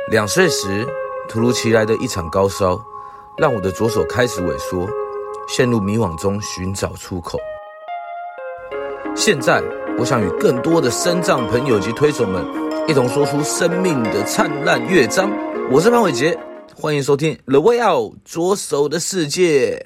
2岁时，突如其来的一场高烧，让我的左手开始萎缩，陷入迷惘中寻找出口。现在，我想与更多的身障朋友及推手们一同说出生命的灿烂乐章。我是潘伟杰，欢迎收听 The Way Out 左手的世界。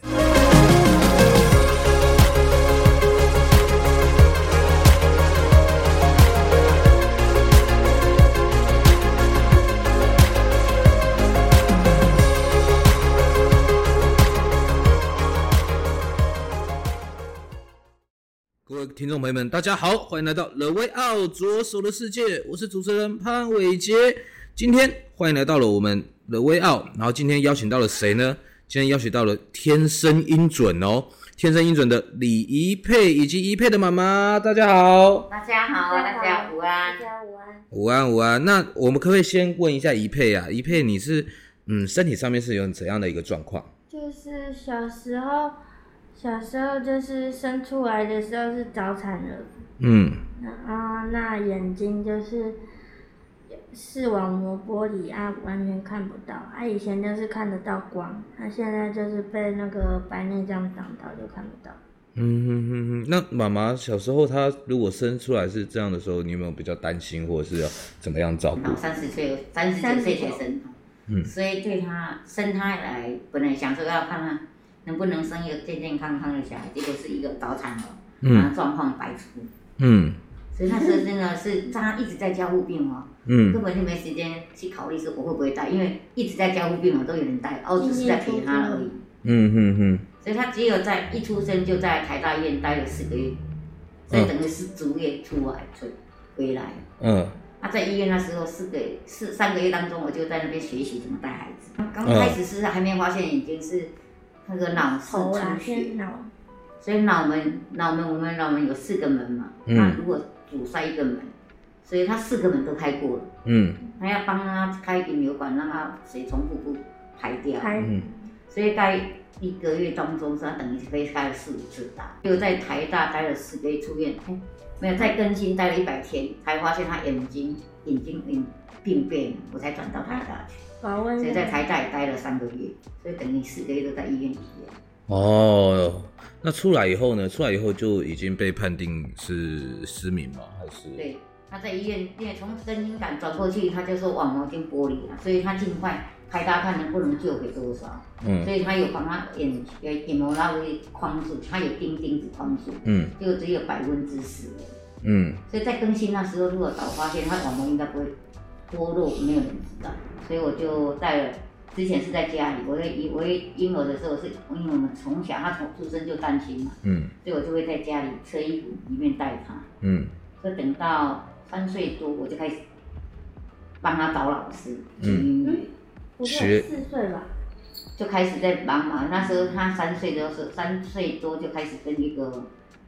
各位听众朋友们，大家好，欢迎来到 The Way Out 左手的世界，我是主持人潘伟杰。今天欢迎来到了我们 The Way Out， 然后今天邀请到了谁呢？今天邀请到了天生音准哦，天生音准的李怡佩以及怡佩的妈妈，大家好。 大家好，大家午安， 午安午安。那我们可不可以先问一下怡佩啊？怡佩你是身体上面是有怎样的一个状况？ 就是小时候就是生出来的时候是早产儿，那眼睛就是视网膜剥离啊，完全看不到啊。以前就是看得到光，现在就是被那个白内障挡到，就看不到。 那妈妈小时候她如果生出来是这样的时候，你有没有比较担心，或者是要怎么样照顾 ？39岁才生，所以对她生她来，本来想说要看她能不能生一个健健康康的小孩，结果是一个早产儿，然后状况百出。所以那时候真的是他一直在加护病房，根本就没时间去考虑说我会不会带，因为一直在加护病房都有人带，只是在陪他而已。所以他只有在一出生就在台大医院待了4个月，所以等于是足月出来回来。在医院那时候3个月当中，我就在那边学习怎么带孩子。刚开始是还没发现眼睛是那个脑室出血，所以脑门我们脑门有4个门嘛，那如果阻塞一个门，所以他4个门都开过了。他要帮他开引流管，让他水从腹部排掉。所以在1个月当中，他等于被开了4、5次刀。就在台大待了4个月出院，没有再更新，待了100天，才发现他眼睛病变，我才转到台大去。所以在台大也待了3个月，所以等于4个月都在医院里面。 那出来以后呢？出来以后就已经被判定是失明吗？还是？对， 他在医院，因为从声音感转过去，他就说网膜已经剥离了，所以他尽快开刀看能不能救回多少。所以他有帮他眼膜那位框住，他有钉子框住，就只有10%而已。所以在更新那时候，如果早发现，他网膜应该不会脱落，没有人知道。所以我就带了。之前是在家里，我婴儿的时候是，因为我们从小他从出生就单亲嘛，所以我就会在家里车衣服里面带他，所以等到3岁多，我就开始帮他找老师学音乐， 学4岁吧， 就开始在忙嘛。那时候他3岁多就开始跟一个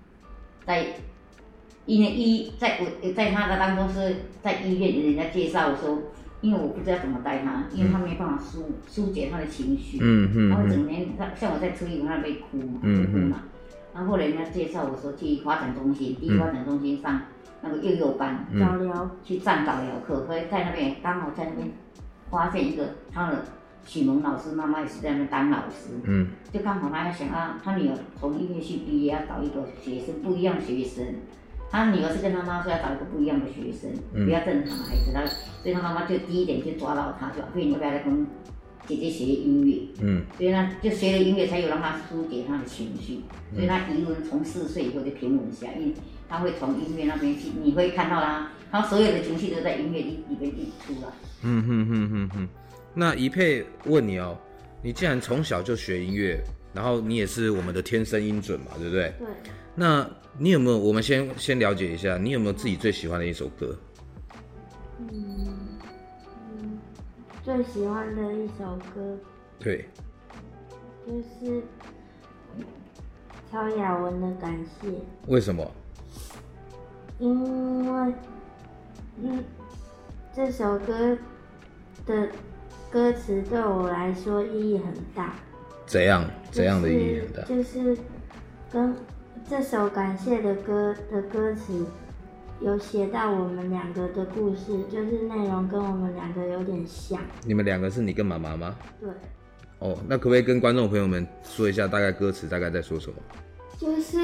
在他的当中是在医院人家介绍说。因为我不知道怎么带他，因为他没办法疏解他的情绪，他会整天像我在车里他被哭嘛，然后后来人家介绍我说去第一发展中心上那个幼班早疗，去上早疗课，所以在那边刚好在那边发现一个他的启蒙老师，妈妈也是在那边当老师，就刚好他想要他女儿从音乐系毕业要找一个学生不一样的学生。他女儿是跟他妈说要找一个不一样的学生，不要正常的孩子，所以他妈妈就第一点就抓到他，就说你要不要来跟姐姐学音乐？所以呢，就学了音乐才有让他疏解他的情绪，所以他语文从4岁以后就平稳下，因为他会从音乐那边去，你会看到他所有的情绪都在音乐里面一出来。 那怡佩问你哦，你既然从小就学音乐，然后你也是我们的天生音准嘛，对不对？ 对。 那你有没有？我们先了解一下，你有没有自己最喜欢的一首歌？ 最喜欢的一首歌， 对， 就是曹雅雯的《感谢》。 为什么？ 因为，这首歌的歌词对我来说意义很大。 怎样的意义很大？ 就是跟这首感谢的歌的歌词有写到我们两个的故事，就是内容跟我们两个有点像。 你们两个是你跟妈妈吗？ 对。 哦，那可不可以跟观众朋友们说一下大概歌词大概在说什么？ 就是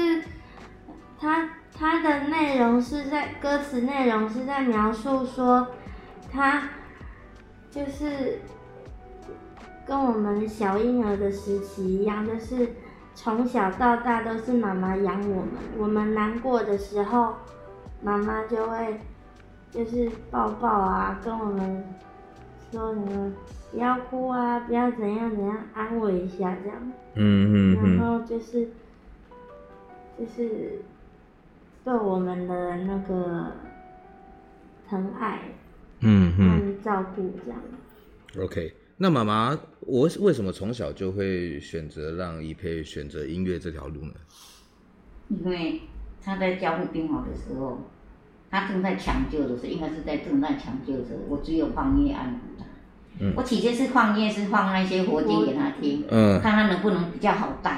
它的内容是在歌词内容是在描述说，他就是跟我们小婴儿的时期一样，就是从小到大都是妈妈养我们，我们难过的时候，妈妈就会就是抱抱啊，跟我们说什么不要哭啊，不要怎样怎样，安慰一下这样。然后就是对我们的那个疼爱，照顾这样。 OK， 那妈妈，我为什么从小就会选择让宜佩选择音乐这条路呢？ 因为他在加护病房的时候，他正在抢救的时候，应该是在正在抢救的时候，我只有放音乐安抚他。我起先是放音乐，是放那些佛经给他听，看他能不能比较好带。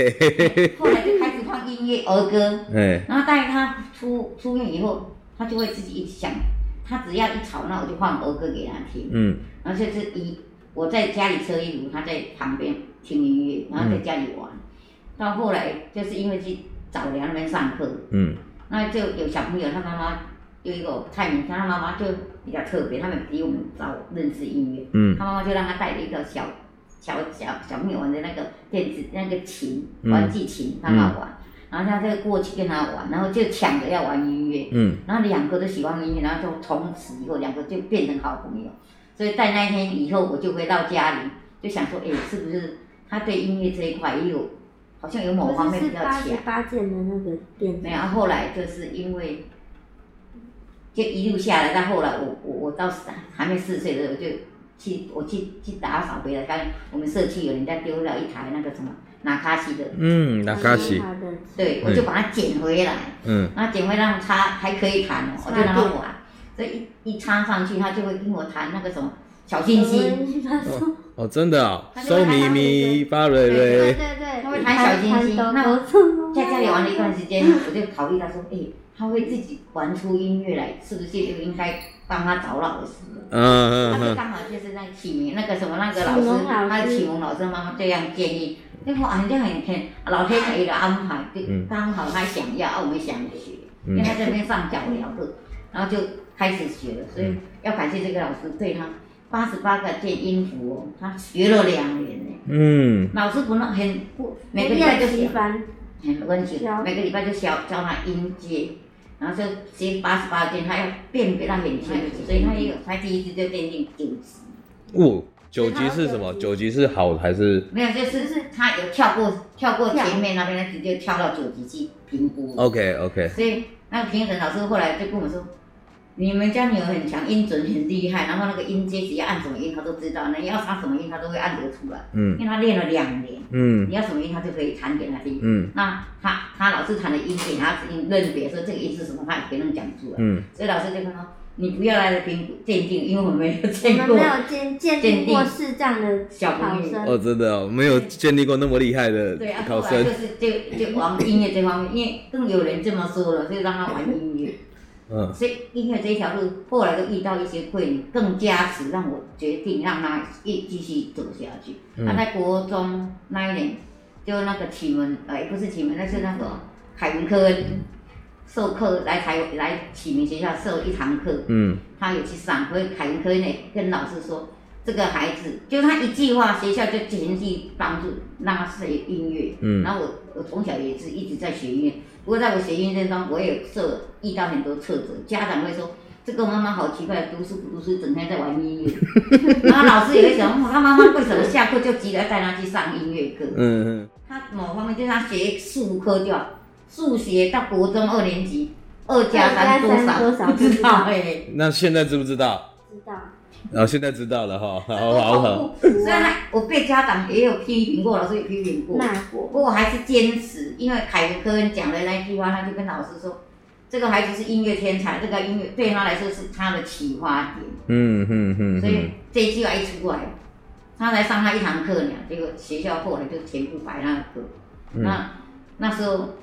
OK。 后来就开始放音乐儿歌，然后带他出院以后，他就会自己一直想，他只要一吵闹，我就放儿歌给他听。然后就是我在家里车衣服，他在旁边听音乐，然后在家里玩。到后来就是因为去早良那边上课，那就有小朋友，他妈妈有一个太明显，他妈妈就比较特别，他们比我们早认识音乐。他妈妈就让他带了一个小朋友玩的那个电子那个琴，玩具琴，让他玩。然后他就过去跟他玩，然后就抢着要玩音乐。然后两个都喜欢音乐，然后就从此以后两个就变成好朋友。所以在那一天以后，我就回到家里，就想说，是不是他对音乐这一块也有，好像有某方面比较强。 是88件的那个电子。 没有，后来就是因为，就一路下来，到后来我到还没4岁的时候，我去打扫回来，发现我们社区有人家丢了一台那个什么纳卡西的。 纳卡西。 对，我就把它捡回来。然后捡回来让他还可以弹，我就让他玩。所以一插上去，他就会跟我弹那个什么小星星。 哦，真的啊，嗦咪咪发瑞瑞。 对， 他会弹小星星。那我在家里玩了一段时间，我就考虑他说，他会自己玩出音乐来，是不是就应该帮他找老师？他就刚好就是那启明那个什么那个老师，他的启蒙老师妈妈这样建议，就说人家很老天爷的安排，就刚好他想要，我们想学，因为他这边上脚疗课，然后就开始学了，所以要感谢这个老师对他88个键音符他学了2年呢。老师每个礼拜就很温馨，每个礼拜就教他音阶，然后就学88键，他要辨别到很清楚，所以他第一次就奠定9级。 9级是什么？9级是好还是？ 没有，就是他有跳过前面那边，他直接跳到9级去评估。 OK。 所以那个评审老师后来就跟我说，你们家女儿很强，音准很厉害，然后那个音阶只要按什么音他都知道，你要唱什么音他都会按得出来。因为他练了2年。你要什么音他就可以弹给他听。那他老师弹的音给他认别说这个音是什么，他也可以能讲出来。所以老师就跟他说，你不要来鉴定，因为我们没有见过。 我们没有鉴定过视障的考生。 真的没有鉴定过那么厉害的考生。 对，后来就往音乐这方面，因为更有人这么说了，就让他玩音乐。所以音乐这一条路，后来都遇到一些困难，更加持让我决定让他继续走下去。他在国中那一年，就那个启蒙，不是启蒙，那是那个凯文科恩授课来启明学校授一堂课。他有去上，所以凯文科恩也跟老师说，这个孩子就他一句话，学校就全力帮助让他学音乐。然后我从小也是一直在学音乐。不过在我学音乐中，我也遇到很多挫折，家长会说这个妈妈好奇怪，读书不读书，整天在玩音乐。然后老师也会想，他妈妈为什么下课就急着带他去上音乐课？他某方面就是他学数科就好，数学到国中2年级，2加3多少不知道那现在知不知道？ 知道。 然后现在知道了哈，好。 虽然我被家长也有批评过，老师也批评过，不过我还是坚持，因为凯文科恩讲的那句话，他就跟老师说，这个孩子是音乐天才，这个音乐对他来说是他的启发点。所以这一句话一出来，他才上他1堂课呢，结果学校后来就全部摆那个课。那时候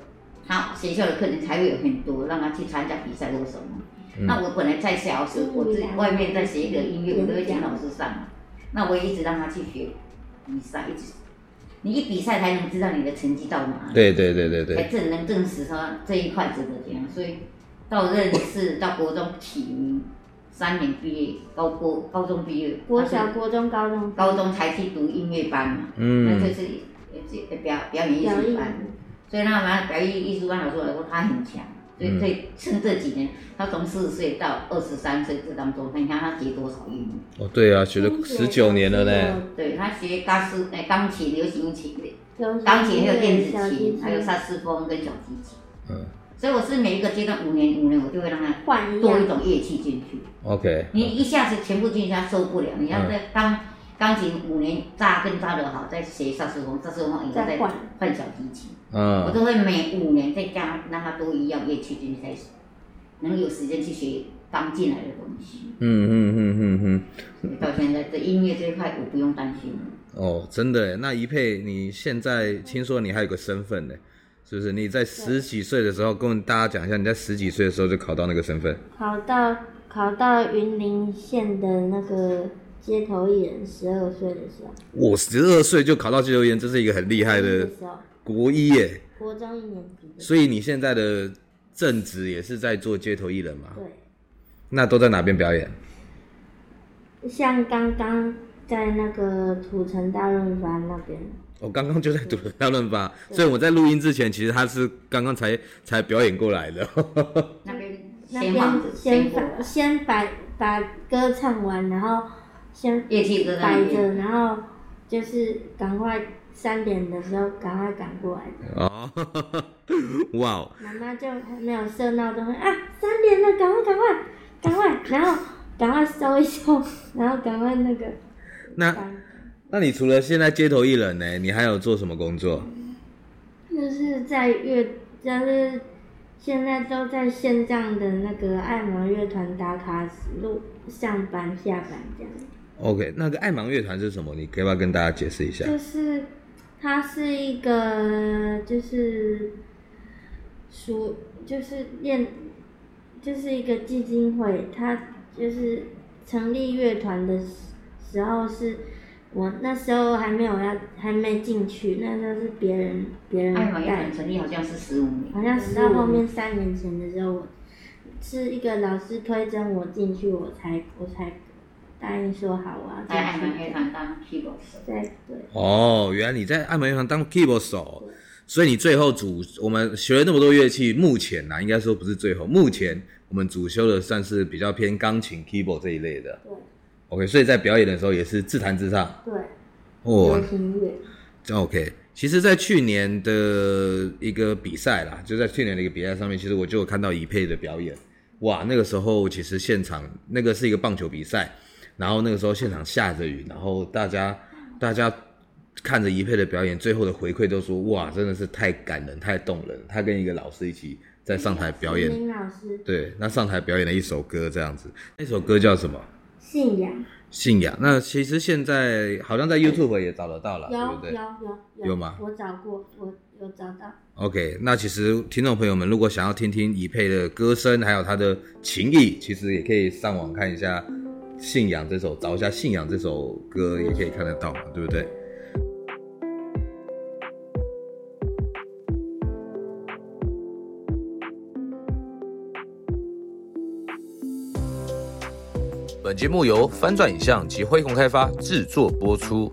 他学校的课程才会有很多，让他去参加比赛或什么。那我本来在小时，我自己外面在学一个音乐，我都会请老师上嘛。那我也一直让他去学比赛，一直。你一比赛才能知道你的成绩到哪里。 对。 才能证实说这一块值得这样。所以到认识到国中启明3年毕业，高中毕业， 国小、国中、高中才去读音乐班嘛。那就是表演艺术班。所以那表演艺术班老师来说他很强。所以趁这几年，他从40岁到23岁这当中，你看他学多少音乐？ 哦，对啊，学了19年了呢。 对，他学钢琴、流行琴、钢琴还有电子琴，还有萨克斯风跟小提琴。所以我是每一个阶段5年，我就会让他多一种乐器进去。 OK。 你一下子全部进去，他受不了。你要在钢琴5年更扎得好，再学萨克斯风以后再换小提琴。我都会每5年再让他多一样乐器进去，才能有时间去学刚进来的东西。到现在这音乐这一块我不用担心了。 哦，真的耶。那怡佩，你现在听说你还有个身份呢，是不是？你在10几岁的时候，跟大家讲一下，你在10几岁的时候就考到那个身份。 考到云林县的那个街头艺人，12岁的时候。 我12岁就考到街头艺人，这是一个很厉害的。国一耶， 国中1年级。 所以你现在的正职也是在做街头艺人吗？ 对。 那都在哪边表演？像刚刚在那个土城大润发那边。 我刚刚就在土城大润发，所以我在录音之前，其实他是刚刚才表演过来的。 那边先把歌唱完，然后先乐器摆着，然后就是赶快。3点的时候赶快赶过来的。 哦，哇哦！ 妈妈就还没有设闹钟啊，3点了，赶快，然后赶快收一收，然后赶快那个。 那你除了现在街头艺人呢，你还有做什么工作？ 就是就是现在都在线上的那个爱盲乐团打卡上班下班这样。 OK， 那个爱盲乐团是什么？你可以不要跟大家解释一下？ 它是一个就是一个基金会，它就是成立乐团的时候是我那时候还没进去，那时候是别人爱盲乐团成立好像是15年， 好像是到后面3年前的时候，我是一个老师推甄我进去，我才答应说好啊， 在爱盲乐团当 keyboard 手。对。 哦，原来你在爱盲乐团当 keyboard 手，所以你最后我们学了那么多乐器，目前应该说不是最后，目前我们主修的算是比较偏钢琴 keyboard 这一类的。 对。 OK， 所以在表演的时候也是自弹自唱。 对。流行乐。 OK， 其实，在去年的一个比赛啦，就在去年的一个比赛上面，其实我就有看到怡佩的表演。哇，那个时候其实现场那个是一个棒球比赛。然后那个时候现场下着雨，然后大家看着怡佩的表演，最后的回馈都说哇，真的是太感人、太动人。他跟一个老师一起在上台表演， 林老师对，那上台表演了一首歌这样子。那首歌叫什么？信仰。那其实现在好像在 YouTube 也找得到了，对不对？有吗？ 我找过，我有找到。 OK， 那其实听众朋友们如果想要听听怡佩的歌声，还有她的情谊，其实也可以上网看一下。信仰这首，找一下信仰这首歌也可以看得到嘛，对不对？本节目由翻转影像及恢宏开发制作播出。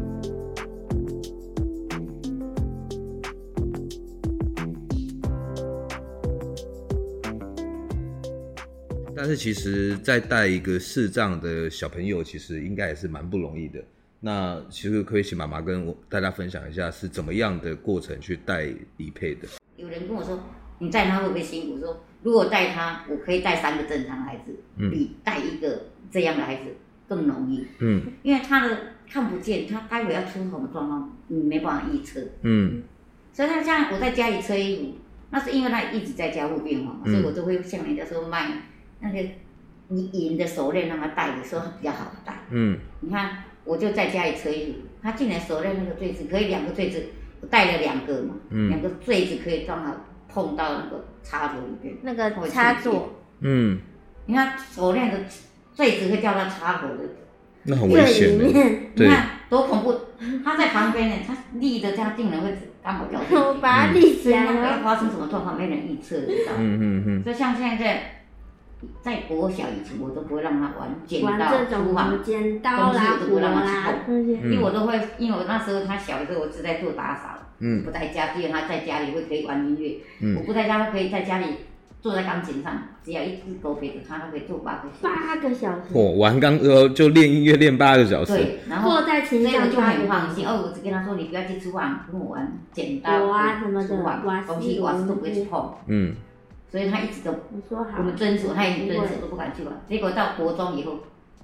但是其实在带一个视障的小朋友，其实应该也是蛮不容易的。那其实可以请妈妈跟大家分享一下是怎么样的过程去带怡佩的。 有人跟我说，你带他会不会辛苦？我说如果带他，我可以带3个正常孩子，比带一个这样的孩子更容易。因为他的看不见，他待会要出什么状况，你没办法预测。所以他像我在家里吹衣服，那是因为他一直在家务变化嘛，所以我都会像人家说卖那个你银的手链让他戴的时候比较好戴。你看我就在家里吹衣服，他进来手链那个坠子可以2个坠子，我戴了2个嘛，2个坠子可以装好碰到那个插头里面， 那个插座， 你看手链的坠子会掉到插头的， 那很危险的， 你看多恐怖！他在旁边呢，他立着这样，竟然会刚好掉进去。 我把它立起来了，要发生什么状况，没人预测得到。所以像现在国小以前，我都不会让他玩剪刀、厨房剪刀啦、 我都不会让他去碰，因为我都会，因为我那时候他小的时候，我是在做打扫，不在家，只有他在家里会可以玩音乐，我不在家，他可以在家里坐在钢琴上，只要一只狗陪着他，他可以坐8个小时。 8个小时。 玩就练音乐练8个小时。 对，然后坐在琴上， 所以我就很放心。我只跟他说，你不要去厨房跟我玩剪刀、 什么的， 东西瓦斯都不会去碰。所以他一直都，我们遵守，他也遵守，都不敢去玩。结果到国中以后，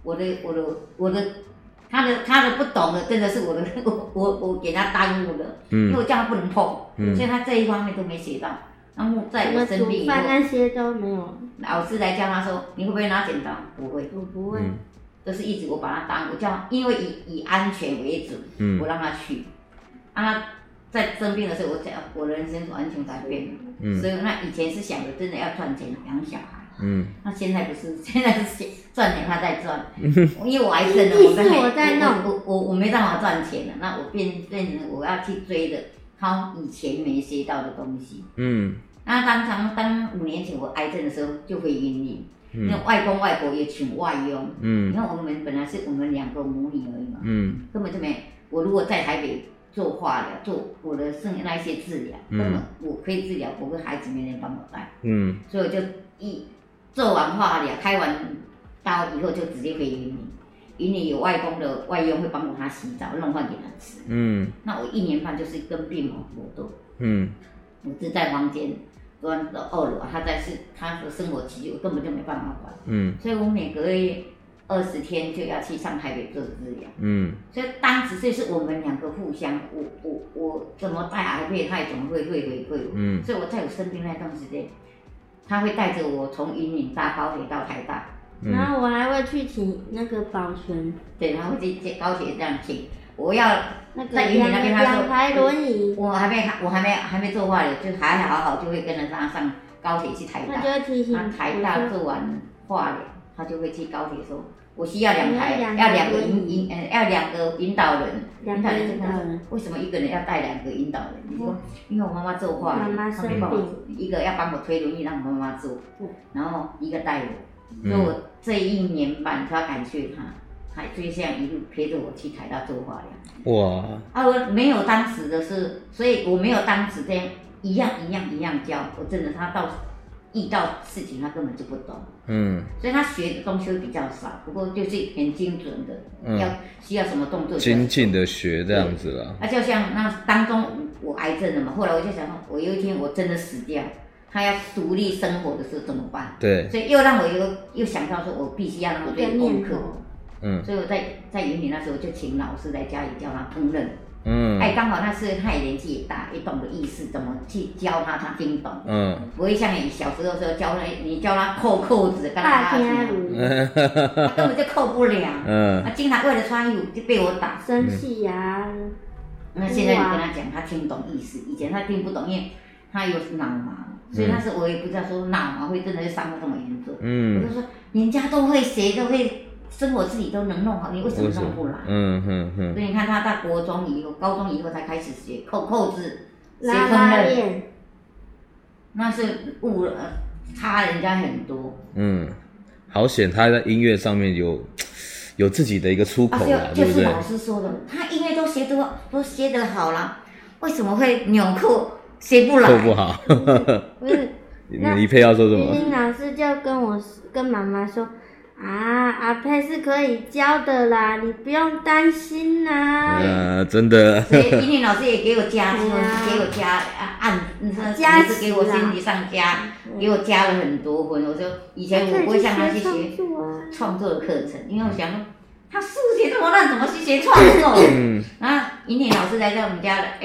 他的不懂的真的是我给他耽误了，因为我叫他不能碰，所以他这一方面都没学到。然后在我生病以后， 那些都没有。 老师来教他说，你会不会拿剪刀？不会， 我不会。 都是一直我把他当，我叫，因为以安全为主，我让他去。他在生病的时候，我的人生完全改变了。所以那以前是想着真的要赚钱养小孩。那现在不是，现在是赚钱他在赚。因为我癌症了，我没办法赚钱了，那我变成我要去追的他以前没学到的东西。那当5年前我癌症的时候就回云林，那外公外婆也请外佣。你看我们本来是我们2个母女而已嘛，根本就没。我如果在台北做化疗，做我的剩那些治疗，根本我可以治疗，我跟孩子没人帮我带。所以我就做完化疗，开完刀以后就直接回云林。云林有外公的外佣会帮我他洗澡，弄饭给他吃。那我1年半就是跟病魔搏斗。我是在房间，端到2楼，他的生活起居我根本就没办法管。所以我每个月20天就要去上台北做治疗。所以当时就是我们2个互相，我怎么带癌配，他也总会回馈我。所以我在我生病那段时间，他会带着我从云林搭高铁到台大。 然后我还会去请那个保全。 对，他会去高铁这样请。我要在云林那边，他说 2台轮椅。 我还没做化疗，就还好就会跟着他上高铁去台大。 他就会提醒。 他台大做完化疗，他就会去高铁说，我需要2台，要2个引导人。引导人，为什么一个人要带2个引导人？你说，因为我妈妈做化疗，她没办法，一个要帮我推轮椅让我妈妈做，然后一个带我。所以我这1年半，都要感谢他。他就这样一路陪着我去台大做化疗。哇！我没有当时的事，所以我没有当时这样一样教。我真的，他遇到事情他根本就不懂。所以他学的东西会比较少，不过就是很精准的，需要什么动作。 精进的学这样子啦。 就像那当中我癌症了嘛，后来我就想说，我有一天我真的死掉，他要独立生活的时候怎么办？ 对。 所以又让我又想到说，我必须要让我做功课。所以我在云林那时候就请老师来家里教他烹饪。刚好那时他也年纪也大，也懂得意思，怎么去教他，他听懂。不会像你小时候说你教他扣子，跟他根本就扣不了。他经常为了穿衣服就被我打。 生气呀。 那现在你跟他讲，他听懂意思，以前他听不懂，因为他有脑麻，所以那时候我也不知道说脑麻会真的伤得这么严重。我就说人家都会学，都会。生活自己都能弄好，你为什么弄不来？所以你看他到国中以后、高中以后才开始学扣子、学烹饪，那是差人家很多。 好险他在音乐上面有自己的一个出口啦，对不对？ 就是老师说的，他音乐都学得好了，为什么会纽扣学不来？ 扣不好。 不是， 你配要说什么？ 林老师就跟妈妈说。阿佩是可以教的啦，你不用担心啦。 真的。 所以音乐老师也给我加，给我加也是给我心理上加，给我加了很多分。我说以前我不会像他去学创作的课程，因为我想说他数学这么烂，怎么去学创作？然后音乐老师来到我们家了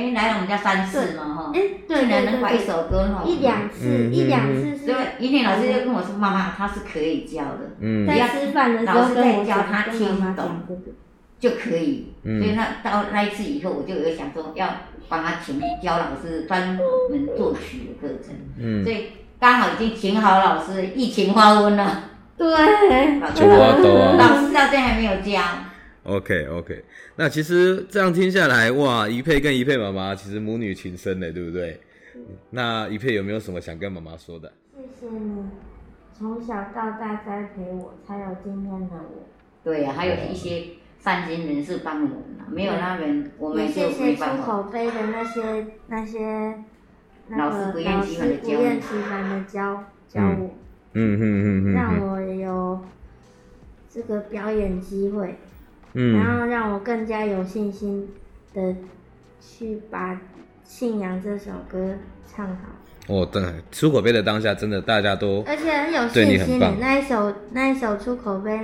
3次嘛哈，竟然能把一首歌哈 1、2次。 所以音乐老师就跟我说，妈妈他是可以教的， 在吃饭的时候老师在教他听懂， 就可以。所以到那一次以后，我就有想说要帮他请教老师专门作曲的课程。所以刚好已经请好老师，疫情发温了。 对， 就老师到现在还没有教。 OK， 那其实这样听下来，哇，怡佩跟怡佩妈妈其实母女情深的，对不对？那怡佩有没有什么想跟妈妈说的？ 谢谢你从小到大栽培我，才有今天的我。 对呀，还有一些善心人士帮我们啊，没有那人我们就没办法。出口碑的那些老师不厌其烦的教我。让我有这个表演机会，然后让我更加有信心的去把《信仰》这首歌唱好。 对，出口碑的当下，真的大家都而且很有信心的那一首出口碑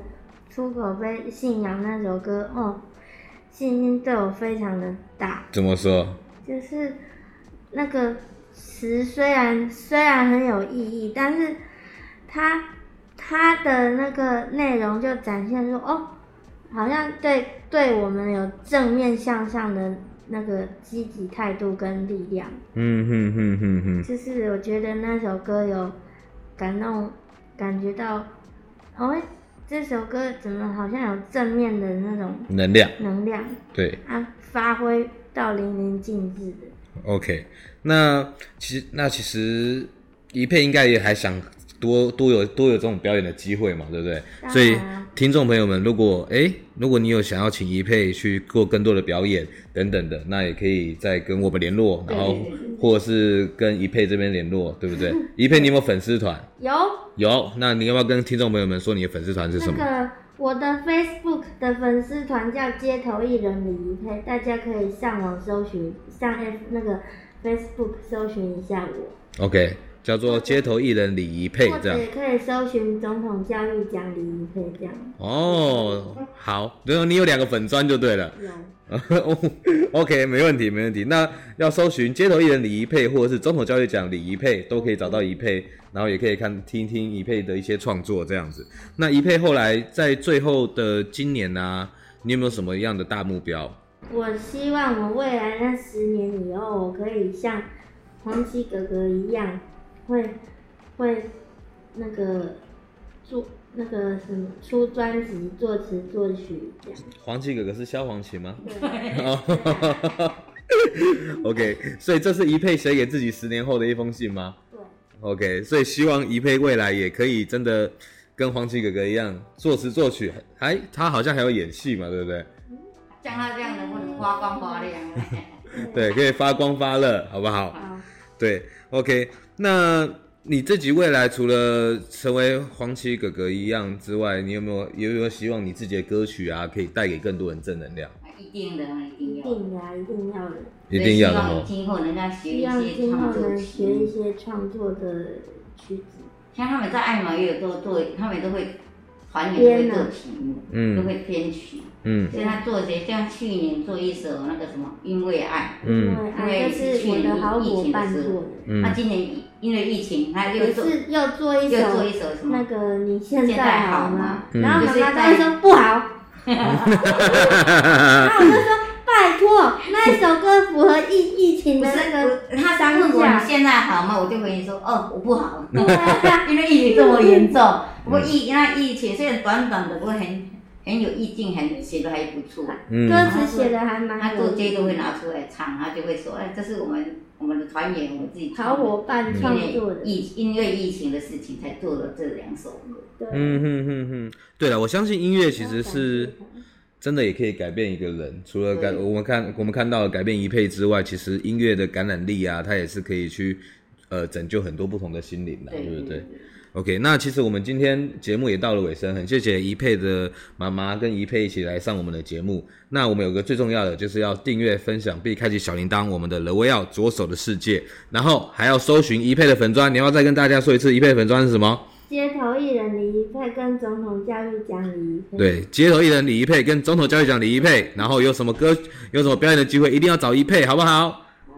《信仰》那首歌，信心对我非常的大。 怎么说？ 就是那个词虽然很有意义，但是它的那个内容就展现出好像对我们有正面向上的那个积极态度跟力量。就是我觉得那首歌有感觉到，这首歌怎么好像有正面的那种能量？ 对， 发挥到淋漓尽致的。 OK， 那其实怡佩应该也还想多有这种表演的机会嘛，对不对？所以听众朋友们，如果你有想要请怡佩去做更多的表演等等的，那也可以再跟我们联络，然后或者是跟怡佩这边联络，对不对？怡佩，你有没有粉丝团？有，那你要不要跟听众朋友们说你的粉丝团是什么？ 我的 Facebook 的粉丝团叫街头艺人李怡佩，大家可以上网搜寻，上那个 Facebook 搜寻一下我。 OK， 叫做街头艺人李怡佩，这样。 或者也可以搜寻总统教育奖李怡佩这样。 好，然后你有2个粉专就对了。OK， 没问题。那要搜寻街头艺人李怡佩，或者是总统教育奖李怡佩，都可以找到怡佩，然后也可以听怡佩的一些创作这样子。那怡佩后来在最后的今年啊，你有没有什么样的大目标？ 我希望我未来那10年以后，我可以像黄旗哥哥一样，会那个做那个什么出专辑、作词作曲这样。 黄旗哥哥是萧煌奇吗？对。OK， 所以这是怡佩写给自己10年后的一封信吗？ 对。 OK， 所以希望怡佩未来也可以真的跟黄旗哥哥一样作词作曲，他好像还有演戏嘛，对不对？ 像他这样能不能发光发亮？ 对，可以发光发热，好不好？ 好。 对 ，OK， 那你自己未来除了成为黄旗哥哥一样之外，你有没有希望你自己的歌曲啊，可以带给更多人正能量？ 一定的，一定要的。 一定要的。 希望今后能够学一些创作曲， 学一些创作的曲子。 像他们在爱马也有做，他们都会团员会做曲目，都会编曲。所以他做一些，像去年做一首那个什么《因为爱》，因为是去年疫情的时候，他今年因为疫情，他又做一首什么？ 那个你现在好吗？ 然后妈妈就说不好，然后我就说拜托，那一首歌符合疫情的那个他问我你现在好吗？我就回你说我不好，因为疫情这么严重。不过疫情虽然短的，不过很有意境，写的还不错。 歌词写的还蛮好。 他做街都会拿出来唱，他就会说，这是我们的团员，我们自己好伙伴创作的。 因为疫情的事情才做了这2首歌。 对。 对了，我相信音乐其实是真的也可以改变一个人。除了我们看到了改变怡佩之外，其实音乐的感染力啊，它也是可以去拯救很多不同的心灵的，对不对？OK， 那其实我们今天节目也到了尾声，很谢谢怡佩的妈妈跟怡佩一起来上我们的节目。那我们有个最重要的，就是要订阅、分享并开启小铃铛，我们的勒维奥左手的世界，然后还要搜寻怡佩的粉专。你要再跟大家说一次，怡佩的粉专是什么？ 街头艺人李怡佩跟总统教育奖李怡佩。 对，街头艺人李怡佩跟总统教育奖李怡佩，然后有什么歌、有什么表演的机会，一定要找怡佩，好不好？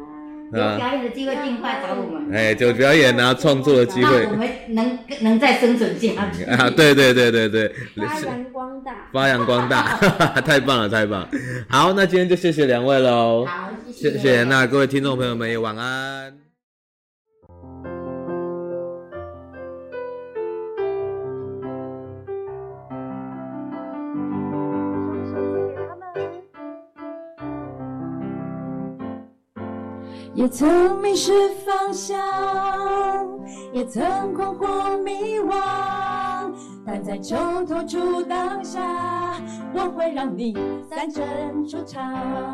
有表演的机会尽快找我们。 有表演啊，创作的机会， 让我们能再生存下去啊！对，发扬光大，太棒了，太棒！好，那今天就谢谢两位喽。 好，谢谢。那各位听众朋友们也晚安。 也曾迷失方向，也曾困惑迷惘，但在求脱出当下，我会让你三针出场。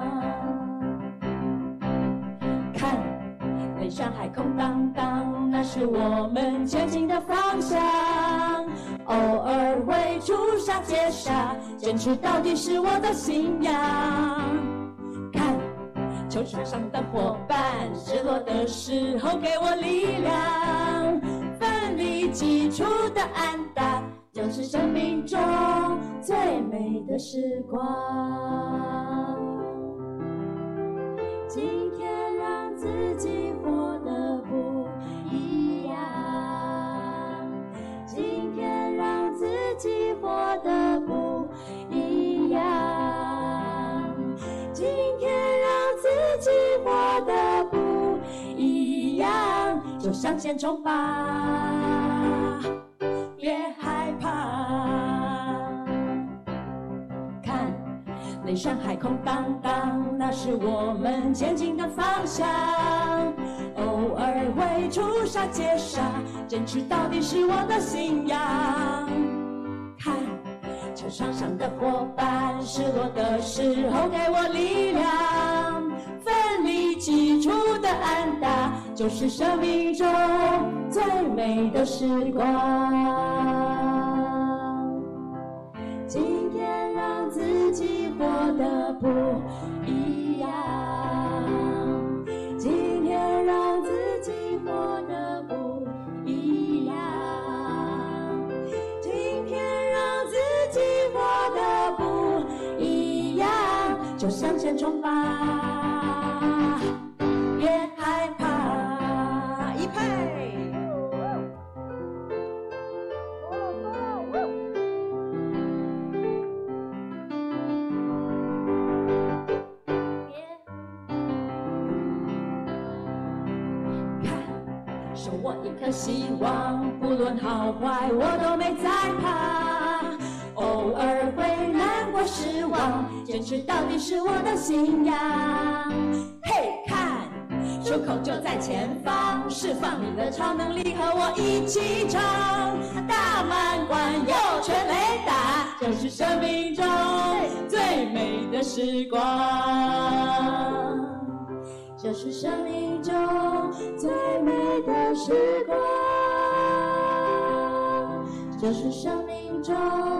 看，雷山海空荡荡，那是我们前进的方向。偶尔会出傻接傻，坚持到底是我的信仰。看，球场上的伙伴，失落的时候给我力量，奋力挤出的安打，就是生命中最美的时光。今天让自己活得不一样，今天让自己活得不一样，今天让自己活得不一样，就向前冲吧，别害怕。看，雷山海空荡荡，那是我们前进的方向。偶尔会出傻接傻，坚持到底是我的信仰。看，球场上的伙伴，失落的时候给我力量，奋力挤出的安打，就是生命中最美的时光。今天让自己活得不一样，今天让自己活得不一样，今天让自己活得不一样，就向前冲吧，别害怕。一拍。手握一颗希望，不论好坏我都没在怕，偶尔会难过失望，坚持到底是我的信仰。嘿，看，出口就在前方，释放你的超能力，和我一起唱，大满贯又全垒打，就是生命中最美的时光，这是生命中最美的时光，这是生命中